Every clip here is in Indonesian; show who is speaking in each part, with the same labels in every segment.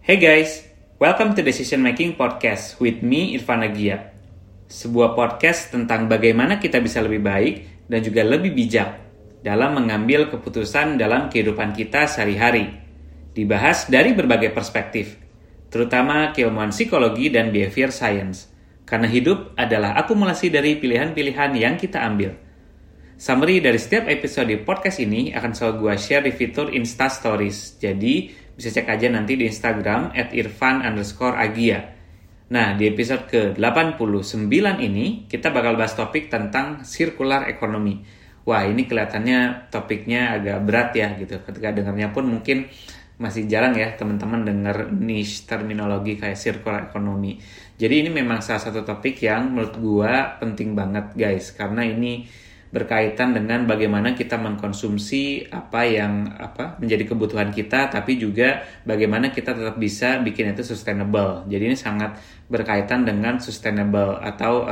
Speaker 1: Hey guys, welcome to Decision Making Podcast with me, Irfan Agia. Sebuah podcast tentang bagaimana kita bisa lebih baik dan juga lebih bijak dalam mengambil keputusan dalam kehidupan kita sehari-hari. Dibahas dari berbagai perspektif, terutama keilmuan psikologi dan behavior science. Karena hidup adalah akumulasi dari pilihan-pilihan yang kita ambil. Summary dari setiap episode podcast ini akan selalu gue share di fitur Insta Stories. Jadi, bisa cek aja nanti di Instagram @irfan_agia. Nah, di episode ke-89 ini, kita bakal bahas topik tentang circular economy. Wah, ini kelihatannya topiknya agak berat ya gitu. Ketika dengarnya pun mungkin masih jarang ya teman-teman dengar niche terminologi kayak circular economy. Jadi ini memang salah satu topik yang menurut gue penting banget guys. Karena ini berkaitan dengan bagaimana kita mengkonsumsi apa yang menjadi kebutuhan kita, tapi juga bagaimana kita tetap bisa bikin itu sustainable. Jadi ini sangat berkaitan dengan sustainable atau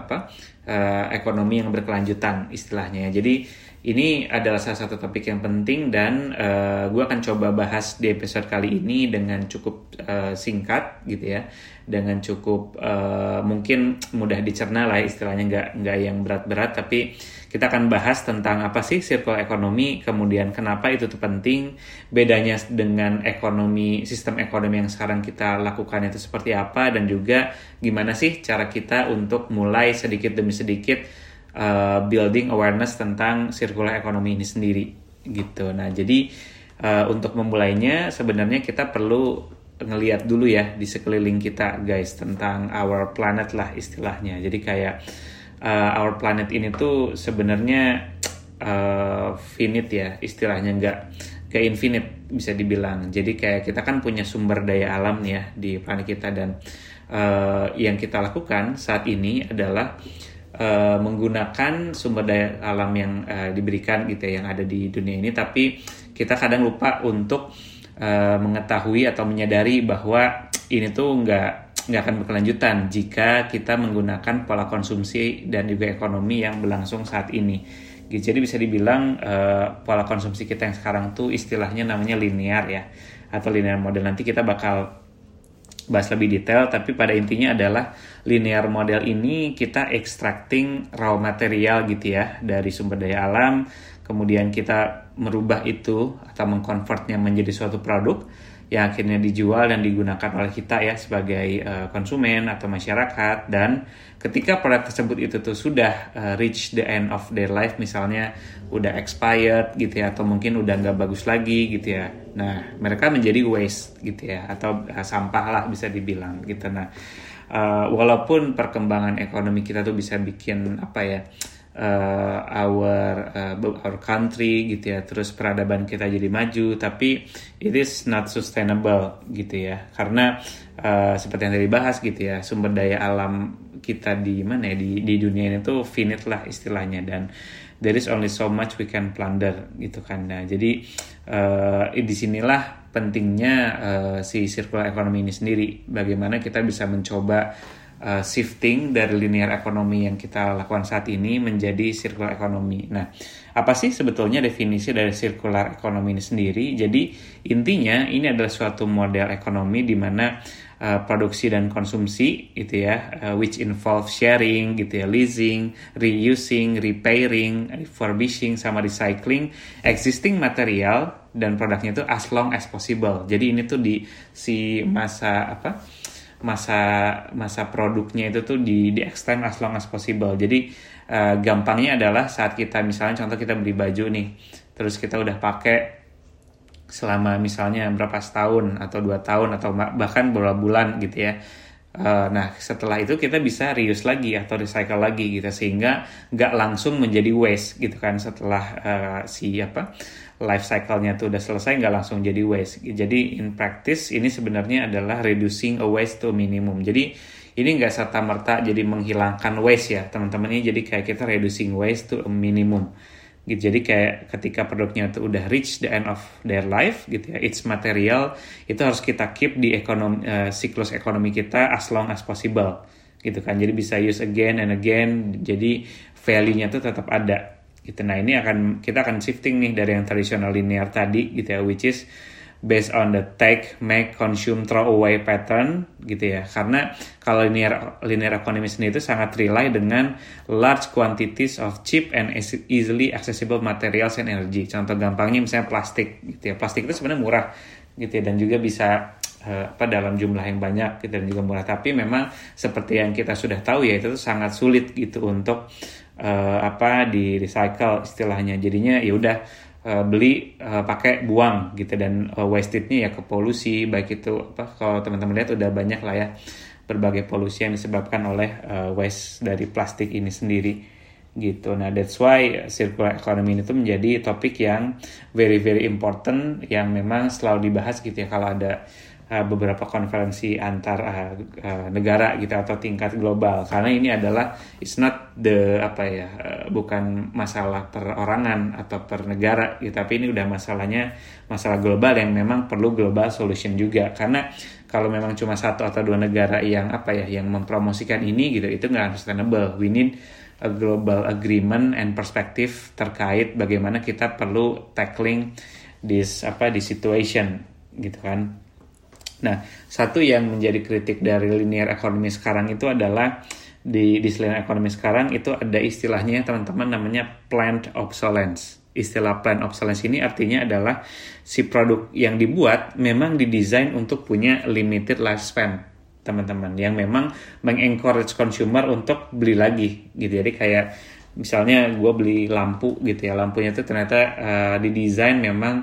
Speaker 1: ekonomi yang berkelanjutan istilahnya. Jadi ini adalah salah satu topik yang penting dan gue akan coba bahas di episode kali ini dengan cukup singkat gitu ya, dengan cukup mungkin mudah dicerna lah istilahnya, nggak yang berat-berat, tapi kita akan bahas tentang apa sih circular economy, kemudian kenapa itu tuh penting, bedanya dengan sistem ekonomi yang sekarang kita lakukan itu seperti apa, dan juga gimana sih cara kita untuk mulai sedikit demi sedikit building awareness tentang circular economy ini sendiri gitu. Nah, jadi untuk memulainya sebenarnya kita perlu ngelihat dulu ya di sekeliling kita guys tentang our planet lah istilahnya. Jadi kayak our planet ini tuh sebenarnya finite ya istilahnya, nggak infinite bisa dibilang. Jadi kayak kita kan punya sumber daya alam nih ya di planet kita, dan yang kita lakukan saat ini adalah menggunakan sumber daya alam yang diberikan gitu ya, yang ada di dunia ini, tapi kita kadang lupa untuk mengetahui atau menyadari bahwa ini tuh nggak akan berkelanjutan jika kita menggunakan pola konsumsi dan juga ekonomi yang berlangsung saat ini. Jadi bisa dibilang pola konsumsi kita yang sekarang tuh istilahnya namanya linear ya, atau linear model. Nanti kita bakal bahas lebih detail, tapi pada intinya adalah linear model ini kita extracting raw material gitu ya dari sumber daya alam, kemudian kita merubah itu atau mengkonvertnya menjadi suatu produk yang akhirnya dijual dan digunakan oleh kita ya sebagai konsumen atau masyarakat. Dan ketika produk tersebut itu tuh sudah reach the end of their life, misalnya udah expired gitu ya, atau mungkin udah nggak bagus lagi gitu ya, nah mereka menjadi waste gitu ya, atau sampah lah bisa dibilang gitu. Nah walaupun perkembangan ekonomi kita tuh bisa bikin our country gitu ya, terus peradaban kita jadi maju, tapi it is not sustainable gitu ya, karena seperti yang tadi bahas gitu ya, sumber daya alam kita di mana ya, di dunia ini tuh finite lah istilahnya, dan there is only so much we can plunder gitu kan. Nah jadi disinilah pentingnya si circular economy ini sendiri, bagaimana kita bisa mencoba shifting dari linear ekonomi yang kita lakukan saat ini menjadi circular economy. Nah, apa sih sebetulnya definisi dari circular economy ini sendiri? Jadi intinya ini adalah suatu model ekonomi di mana produksi dan konsumsi gitu ya, which involve sharing gitu ya, leasing, reusing, repairing, refurbishing, sama recycling existing material dan produknya itu as long as possible. Jadi ini tuh di si masa produknya itu tuh di extend as long as possible. Jadi gampangnya adalah saat kita misalnya contoh kita beli baju nih, terus kita udah pakai selama misalnya berapa setahun atau 2 tahun atau bahkan beberapa bulan gitu ya. Nah setelah itu kita bisa reuse lagi atau recycle lagi gitu, sehingga nggak langsung menjadi waste gitu kan. Setelah life cycle-nya tuh udah selesai, nggak langsung jadi waste. Jadi in practice ini sebenarnya adalah reducing a waste to minimum. Jadi ini nggak serta-merta jadi menghilangkan waste ya teman-teman, ini jadi kayak kita reducing waste to a minimum gitu. Jadi kayak ketika produknya itu udah reach the end of their life gitu ya, its material itu harus kita keep di siklus ekonomi kita as long as possible gitu kan. Jadi bisa use again and again, jadi value-nya tuh tetap ada gitu. Nah ini kita akan shifting nih dari yang tradisional linear tadi gitu ya, which is based on the take, make, consume, throw away pattern gitu ya. Karena kalau linear economy sendiri itu sangat rely dengan large quantities of cheap and easily accessible materials and energy. Contoh gampangnya misalnya plastik gitu ya. Plastik itu sebenarnya murah gitu ya, dan juga bisa dalam jumlah yang banyak gitu, dan juga murah. Tapi memang seperti yang kita sudah tahu ya, itu tuh sangat sulit gitu untuk di recycle istilahnya. Jadinya ya udah beli pakai buang gitu, dan wastage-nya ya ke polusi, baik itu kalau teman-teman lihat udah banyak lah ya berbagai polusi yang disebabkan oleh waste dari plastik ini sendiri gitu. Nah, that's why circular economy itu menjadi topik yang very very important, yang memang selalu dibahas gitu ya kalau ada beberapa konferensi antar negara gitu atau tingkat global. Karena ini adalah it's not the bukan masalah perorangan atau per negara gitu, tapi ini udah masalah global yang memang perlu global solution juga. Karena kalau memang cuma satu atau dua negara yang yang mempromosikan ini gitu, itu nggak sustainable. We need a global agreement and perspective terkait bagaimana kita perlu tackling this situation gitu kan. Nah, satu yang menjadi kritik dari linear economy sekarang itu adalah di linear economy sekarang itu ada istilahnya teman-teman, namanya planned obsolescence. Istilah planned obsolescence ini artinya adalah si produk yang dibuat memang didesain untuk punya limited lifespan, teman-teman, yang memang mengencourage consumer untuk beli lagi gitu. Jadi kayak misalnya gue beli lampu gitu ya, lampunya itu ternyata didesain memang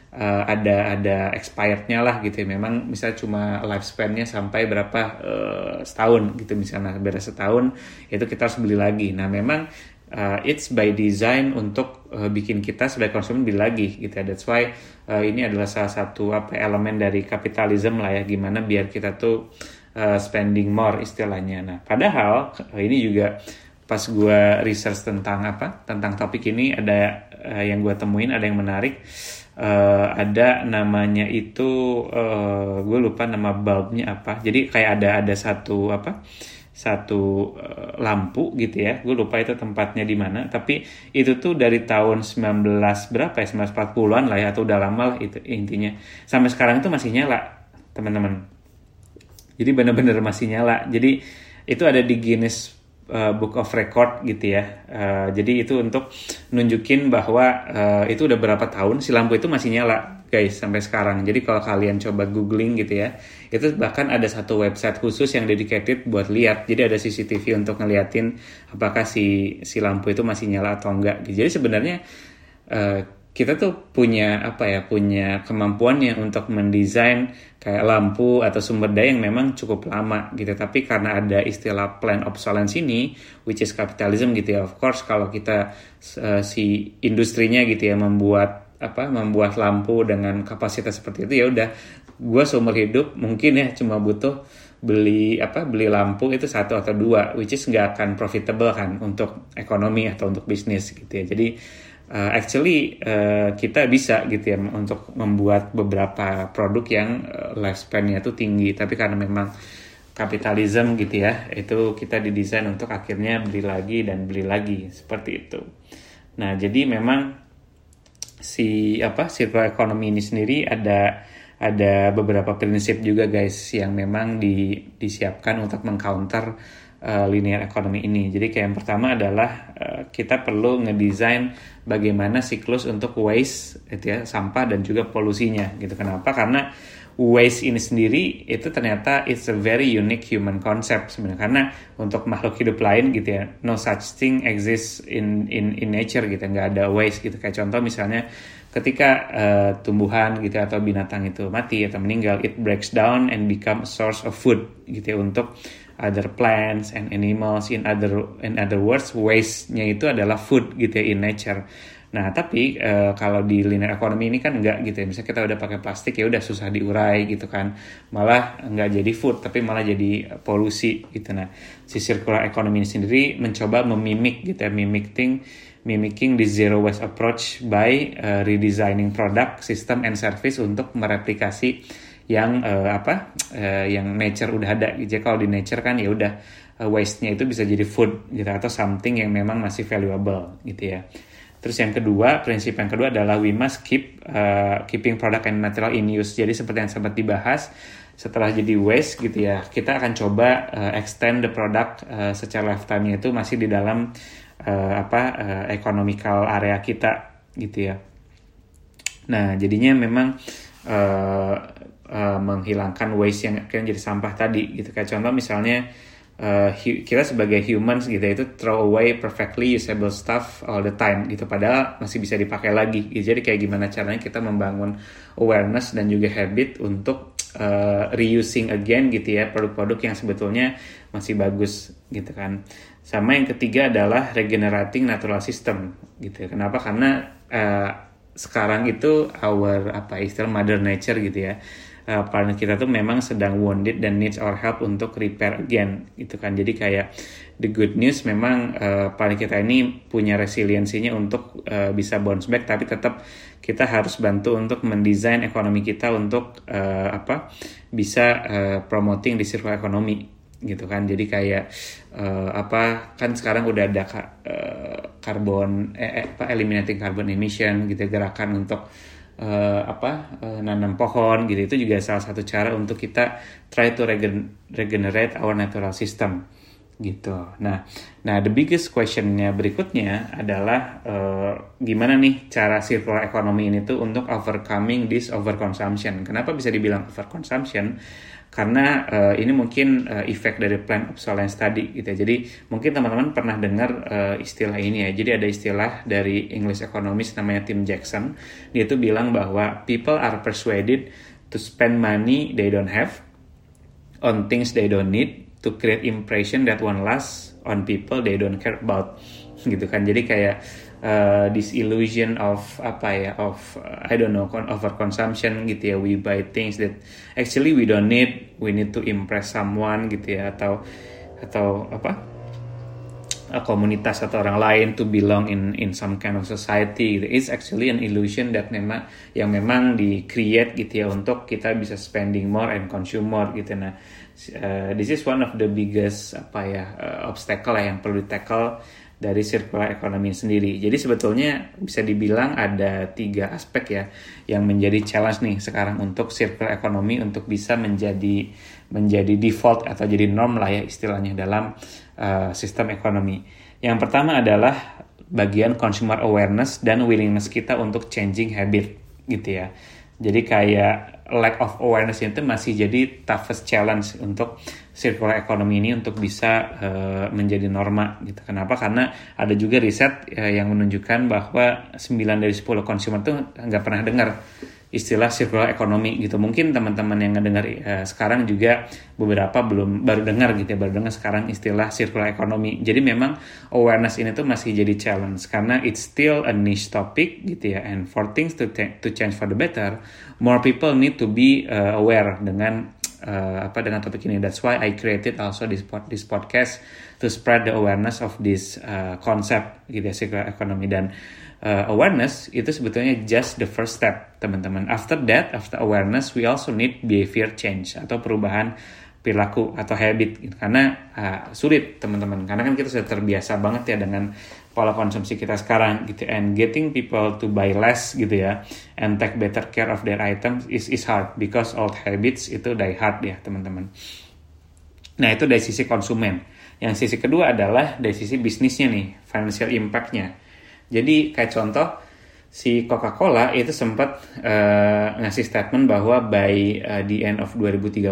Speaker 1: ada expirednya lah gitu ya. Memang misalnya cuma lifespan-nya sampai berapa setahun gitu, misalnya beres setahun itu kita harus beli lagi. Nah memang it's by design untuk bikin kita sebagai konsumen beli lagi gitu ya. That's why ini adalah salah satu elemen dari kapitalisme lah ya, gimana biar kita tuh spending more istilahnya. Nah padahal ini juga pas gue research tentang topik ini, ada yang gue temuin, ada yang menarik. Ada namanya itu gue lupa nama bulbnya apa. Jadi kayak ada satu lampu gitu ya, gue lupa itu tempatnya di mana, tapi itu tuh dari tahun 1940-an lah ya, atau udah lama lah itu intinya, sampai sekarang itu masih nyala teman-teman. Jadi benar-benar masih nyala. Jadi itu ada di Guinness Book of Record gitu ya. Jadi itu untuk nunjukin bahwa itu udah berapa tahun si lampu itu masih nyala guys sampai sekarang. Jadi kalau kalian coba googling gitu ya, itu bahkan ada satu website khusus yang dedicated buat lihat. Jadi ada CCTV untuk ngeliatin apakah si lampu itu masih nyala atau enggak. Jadi sebenarnya kita tuh punya kemampuannya untuk mendesain kayak lampu atau sumber daya yang memang cukup lama gitu. Tapi karena ada istilah planned obsolescence ini, which is capitalism gitu ya, of course kalau kita si industrinya gitu ya membuat lampu dengan kapasitas seperti itu, ya udah gue seumur hidup mungkin ya cuma butuh beli lampu itu satu atau dua, which is nggak akan profitable kan untuk ekonomi atau untuk bisnis gitu ya. Jadi kita bisa gitu ya untuk membuat beberapa produk yang lifespan-nya tuh tinggi, tapi karena memang kapitalisme gitu ya, itu kita didesain untuk akhirnya beli lagi dan beli lagi seperti itu. Nah, jadi memang circular economy ini sendiri ada beberapa prinsip juga guys yang memang disiapkan untuk mengcounter linear economy ini. Jadi kayak yang pertama adalah kita perlu ngedesain bagaimana siklus untuk waste gitu ya, sampah dan juga polusinya gitu. Kenapa? Karena waste ini sendiri itu ternyata it's a very unique human concept sebenarnya, karena untuk makhluk hidup lain gitu ya, no such thing exists in nature gitu, nggak ada waste gitu. Kayak contoh misalnya ketika tumbuhan gitu atau binatang itu mati atau meninggal, it breaks down and become a source of food gitu ya untuk other plants and animals. In other words, waste-nya itu adalah food gitu ya in nature. Nah, tapi kalau di linear economy ini kan enggak gitu ya. Misalnya kita udah pakai plastik ya udah susah diurai gitu kan. Malah enggak jadi food tapi malah jadi polusi gitu. Nah, si circular economy ini sendiri mencoba memimik gitu ya, mimicking the zero waste approach by redesigning product, system and service untuk mereplikasi yang yang nature udah ada. Jadi kalau di nature kan ya udah waste-nya itu bisa jadi food gitu atau something yang memang masih valuable gitu ya. Terus prinsip yang kedua adalah we must keeping product and material in use. Jadi seperti yang sempat dibahas, setelah jadi waste gitu ya, kita akan coba extend the product secara lifetime-nya itu masih di dalam economical area kita gitu ya. Nah, jadinya memang menghilangkan waste yang akan jadi sampah tadi gitu. Kayak contoh misalnya kita sebagai humans gitu itu throw away perfectly usable stuff all the time gitu, padahal masih bisa dipakai lagi gitu. Jadi kayak gimana caranya kita membangun awareness dan juga habit untuk reusing again gitu ya, produk-produk yang sebetulnya masih bagus gitu kan. Sama yang ketiga adalah regenerating natural system gitu. Kenapa? Karena sekarang itu istilah mother nature gitu ya, planet kita tuh memang sedang wounded dan needs our help untuk repair again gitu kan. Jadi kayak the good news memang planet kita ini punya resiliensinya untuk bisa bounce back, tapi tetap kita harus bantu untuk mendesain ekonomi kita untuk bisa promoting di circular economy gitu kan. Jadi kayak kan sekarang udah ada eliminating carbon emission gitu, gerakan untuk nanam pohon gitu. Itu juga salah satu cara untuk kita try to regenerate our natural system gitu. Nah the biggest questionnya berikutnya adalah gimana nih cara circular economy ini tuh untuk overcoming this overconsumption. Kenapa bisa dibilang overconsumption? Karena ini mungkin efek dari planned obsolescence tadi gitu ya. Jadi mungkin teman-teman pernah dengar istilah ini ya. Jadi ada istilah dari English economist namanya Tim Jackson. Dia tuh bilang bahwa people are persuaded to spend money they don't have on things they don't need to create impression that won't last on people they don't care about gitu kan. Jadi kayak this illusion of overconsumption gitu ya. We buy things that actually we don't need, we need to impress someone gitu ya, atau komunitas atau orang lain, to belong in some kind of society. It's actually an illusion that memang di-create gitu ya untuk kita bisa spending more and consume more gitu. Nah, this is one of the biggest obstacle yang perlu di-tackle dari circular economy sendiri. Jadi sebetulnya bisa dibilang ada 3 aspek ya yang menjadi challenge nih sekarang untuk circular economy untuk bisa menjadi default atau jadi norm lah ya istilahnya dalam sistem ekonomi. Yang pertama adalah bagian consumer awareness dan willingness kita untuk changing habit gitu ya. Jadi kayak lack of awareness itu masih jadi toughest challenge untuk circular economy ini untuk bisa menjadi norma gitu. Kenapa? Karena ada juga riset yang menunjukkan bahwa 9 dari 10 consumer tuh nggak pernah dengar istilah circular economy gitu. Mungkin teman-teman yang ngedengar sekarang juga beberapa baru dengar sekarang istilah circular economy. Jadi memang awareness ini tuh masih jadi challenge karena it's still a niche topic gitu ya. And for things to change for the better, more people need to be aware dengan topik ini. That's why I created also this podcast to spread the awareness of this concept gitu ya, circular economy. Dan awareness itu sebetulnya just the first step, teman-teman. After awareness, we also need behavior change atau perubahan perilaku atau habit gitu. Karena sulit, teman-teman. Karena kan kita sudah terbiasa banget ya dengan pola konsumsi kita sekarang gitu. And getting people to buy less gitu ya and take better care of their items is hard because old habits itu die hard ya, teman-teman. Nah, itu dari sisi konsumen. Yang sisi kedua adalah dari sisi bisnisnya nih, financial impact-nya. Jadi kayak contoh si Coca-Cola itu sempat ngasih statement bahwa by the end of 2030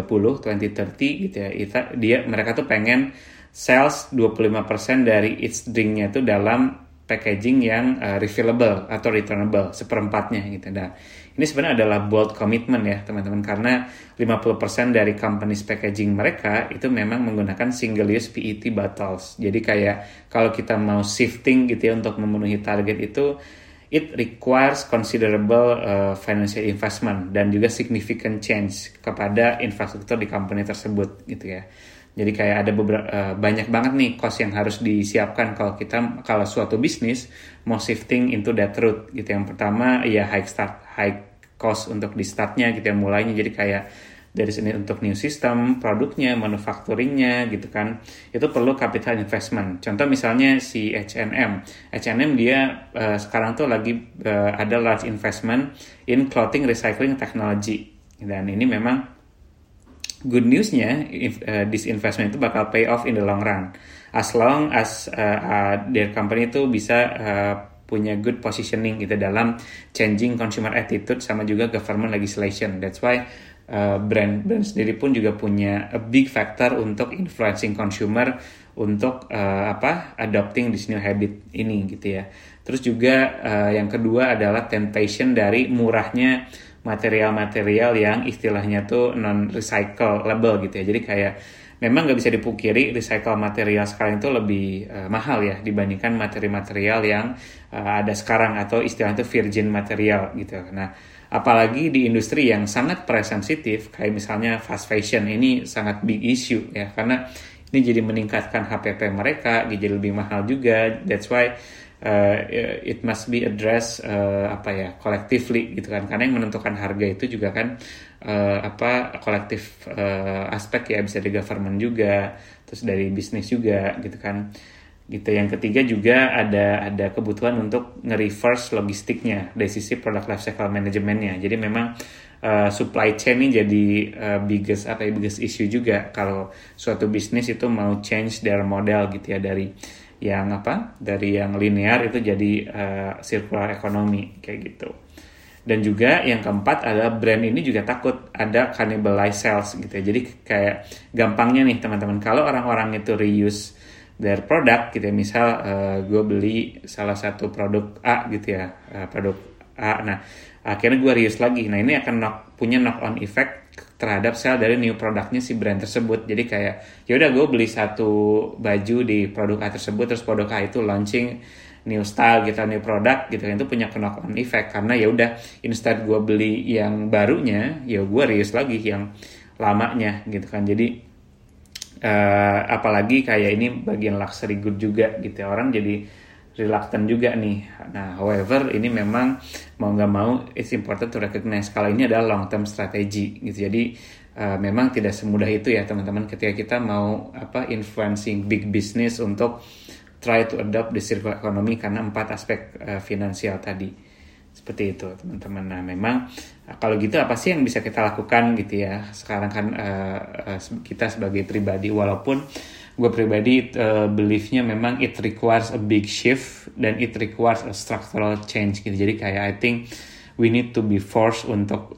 Speaker 1: gitu ya, mereka tuh pengen sales 25% dari its drinknya itu dalam packaging yang refillable atau returnable, seperempatnya gitu. Nah, ini sebenarnya adalah bold commitment ya teman-teman, karena 50% dari companies packaging mereka itu memang menggunakan single use PET bottles. Jadi kayak kalau kita mau shifting gitu ya untuk memenuhi target itu, it requires considerable financial investment dan juga significant change kepada infrastruktur di company tersebut gitu ya. Jadi kayak ada banyak banget nih cost yang harus disiapkan kalau suatu bisnis mau shifting into that route gitu. Yang pertama ya high cost untuk di startnya gitu ya, mulainya. Jadi kayak dari sini untuk new system, produknya, manufacturingnya gitu kan, itu perlu capital investment. Contoh misalnya si H&M dia sekarang tuh lagi ada large investment in clothing recycling technology, dan ini memang good newsnya, this investment itu bakal pay off in the long run, as long as their company itu bisa punya good positioning gitu dalam changing consumer attitude sama juga government legislation. That's why brand sendiri pun juga punya a big factor untuk influencing consumer untuk adopting this new habit ini gitu ya. Terus juga yang kedua adalah temptation dari murahnya material-material yang istilahnya tuh non-recyclable gitu ya. Jadi kayak memang nggak bisa dipungkiri recycle material sekarang itu lebih mahal ya dibandingkan materi-material yang ada sekarang atau istilahnya itu virgin material gitu. Nah, apalagi di industri yang sangat price sensitif kayak misalnya fast fashion, ini sangat big issue ya, karena ini jadi meningkatkan HPP mereka, jadi lebih mahal juga. That's why it must be addressed collectively gitu kan, karena yang menentukan harga itu juga kan kolektif aspek ya, bisa dari government juga, terus dari bisnis juga gitu kan. Gitu. Yang ketiga juga ada kebutuhan untuk nge-reverse logistiknya dari sisi product life cycle managementnya. Jadi memang supply chain ini jadi biggest issue juga kalau suatu bisnis itu mau change their model gitu ya, dari yang linear itu jadi circular economy kayak gitu. Dan juga yang keempat adalah brand ini juga takut ada cannibalize sales gitu ya. Jadi kayak gampangnya nih teman-teman, kalau orang-orang itu reuse their product gitu ya, misal gue beli salah satu produk A gitu ya, produk A, nah akhirnya gue reuse lagi, nah ini akan punya knock on effect terhadap sale dari new produknya si brand tersebut. Jadi kayak ya udah gue beli satu baju di produk A tersebut, terus produk A itu launching new style gitu, new product gitu kan, itu punya knock on effect, karena ya udah instead gue beli yang barunya ya gue reuse lagi yang lamanya gitu kan. Jadi apalagi kayak ini bagian luxury good juga gitu ya, orang jadi reluctant juga nih. Nah, however ini memang mau nggak mau it's important to recognize kalau ini adalah long term strategy gitu. Jadi memang tidak semudah itu ya teman-teman ketika kita mau influencing big business untuk try to adopt the circular economy, karena 4 aspek finansial tadi. Seperti itu teman-teman. Nah memang kalau gitu apa sih yang bisa kita lakukan gitu ya sekarang kan, kita sebagai pribadi, walaupun gue pribadi beliefnya memang it requires a big shift dan it requires a structural change gitu. Jadi kayak I think we need to be forced untuk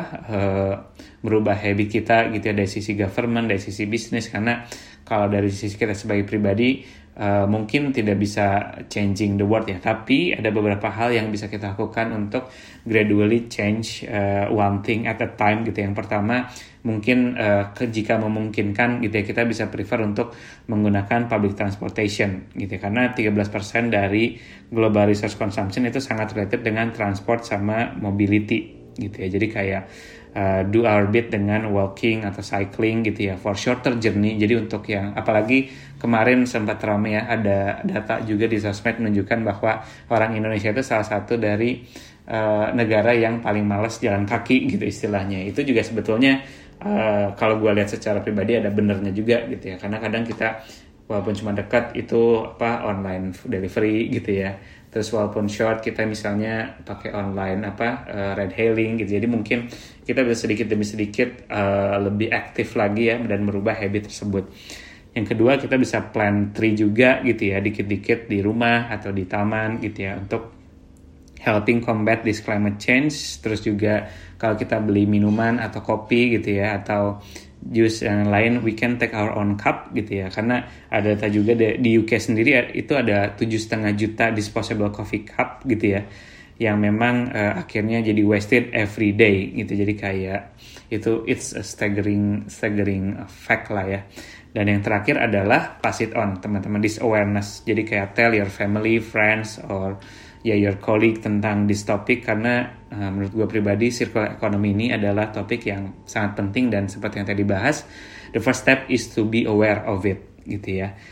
Speaker 1: merubah habit kita gitu ya, dari sisi government, dari sisi bisnis, karena kalau dari sisi kita sebagai pribadi mungkin tidak bisa changing the world ya, tapi ada beberapa hal yang bisa kita lakukan untuk gradually change one thing at a time gitu. Yang pertama mungkin jika memungkinkan gitu ya, kita bisa prefer untuk menggunakan public transportation gitu ya, karena 13% dari global resource consumption itu sangat related dengan transport sama mobility gitu ya. Jadi kayak do our bit dengan walking atau cycling gitu ya for shorter journey. Jadi untuk yang apalagi kemarin sempat ramai ya, ada data juga di sosmed menunjukkan bahwa orang Indonesia itu salah satu dari negara yang paling malas jalan kaki gitu istilahnya. Itu juga sebetulnya kalau gue lihat secara pribadi ada benernya juga gitu ya, karena kadang kita walaupun cuma dekat itu online delivery gitu ya. Terus walaupun short kita misalnya pakai online ride hailing gitu. Jadi mungkin kita bisa sedikit demi sedikit lebih aktif lagi ya dan merubah habit tersebut. Yang kedua kita bisa plant tree juga gitu ya, dikit-dikit di rumah atau di taman gitu ya, untuk helping combat this climate change. Terus juga kalau kita beli minuman atau kopi gitu ya atau jus yang lain, we can take our own cup gitu ya, karena ada data juga di UK sendiri itu ada 7,5 juta disposable coffee cup gitu ya, yang memang akhirnya jadi wasted every day gitu. Jadi kayak itu it's a staggering fact lah ya. Dan yang terakhir adalah pass it on teman-teman, this awareness. Jadi kayak tell your family, friends, or your colleague tentang this topic, karena menurut gue pribadi circular economy ini adalah topik yang sangat penting, dan seperti yang tadi bahas, the first step is to be aware of it gitu ya.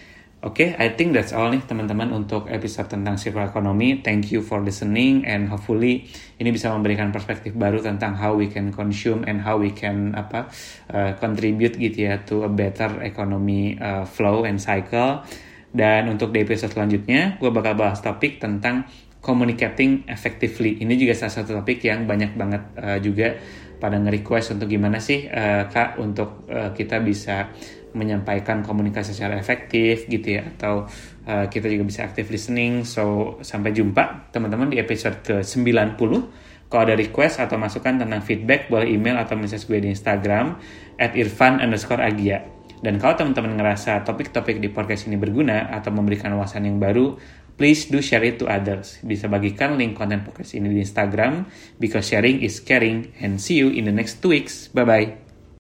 Speaker 1: Oke, I think that's all nih teman-teman untuk episode tentang circular economy. Thank you for listening and hopefully ini bisa memberikan perspektif baru tentang how we can consume and how we can contribute gitu ya to a better economy flow and cycle. Dan untuk di episode selanjutnya, gue bakal bahas topik tentang communicating effectively. Ini juga salah satu topik yang banyak banget juga pada nge-request untuk gimana sih Kak untuk kita bisa menyampaikan komunikasi secara efektif gitu ya, atau kita juga bisa active listening. So sampai jumpa teman-teman di episode ke-90. Kalau ada request atau masukan tentang feedback, boleh email atau message gue di Instagram @irfan_agia. Dan kalau teman-teman ngerasa topik-topik di podcast ini berguna atau memberikan wawasan yang baru, please do share it to others. Bisa bagikan link konten podcast ini di Instagram, because sharing is caring. And see you in the next 2 weeks. Bye-bye.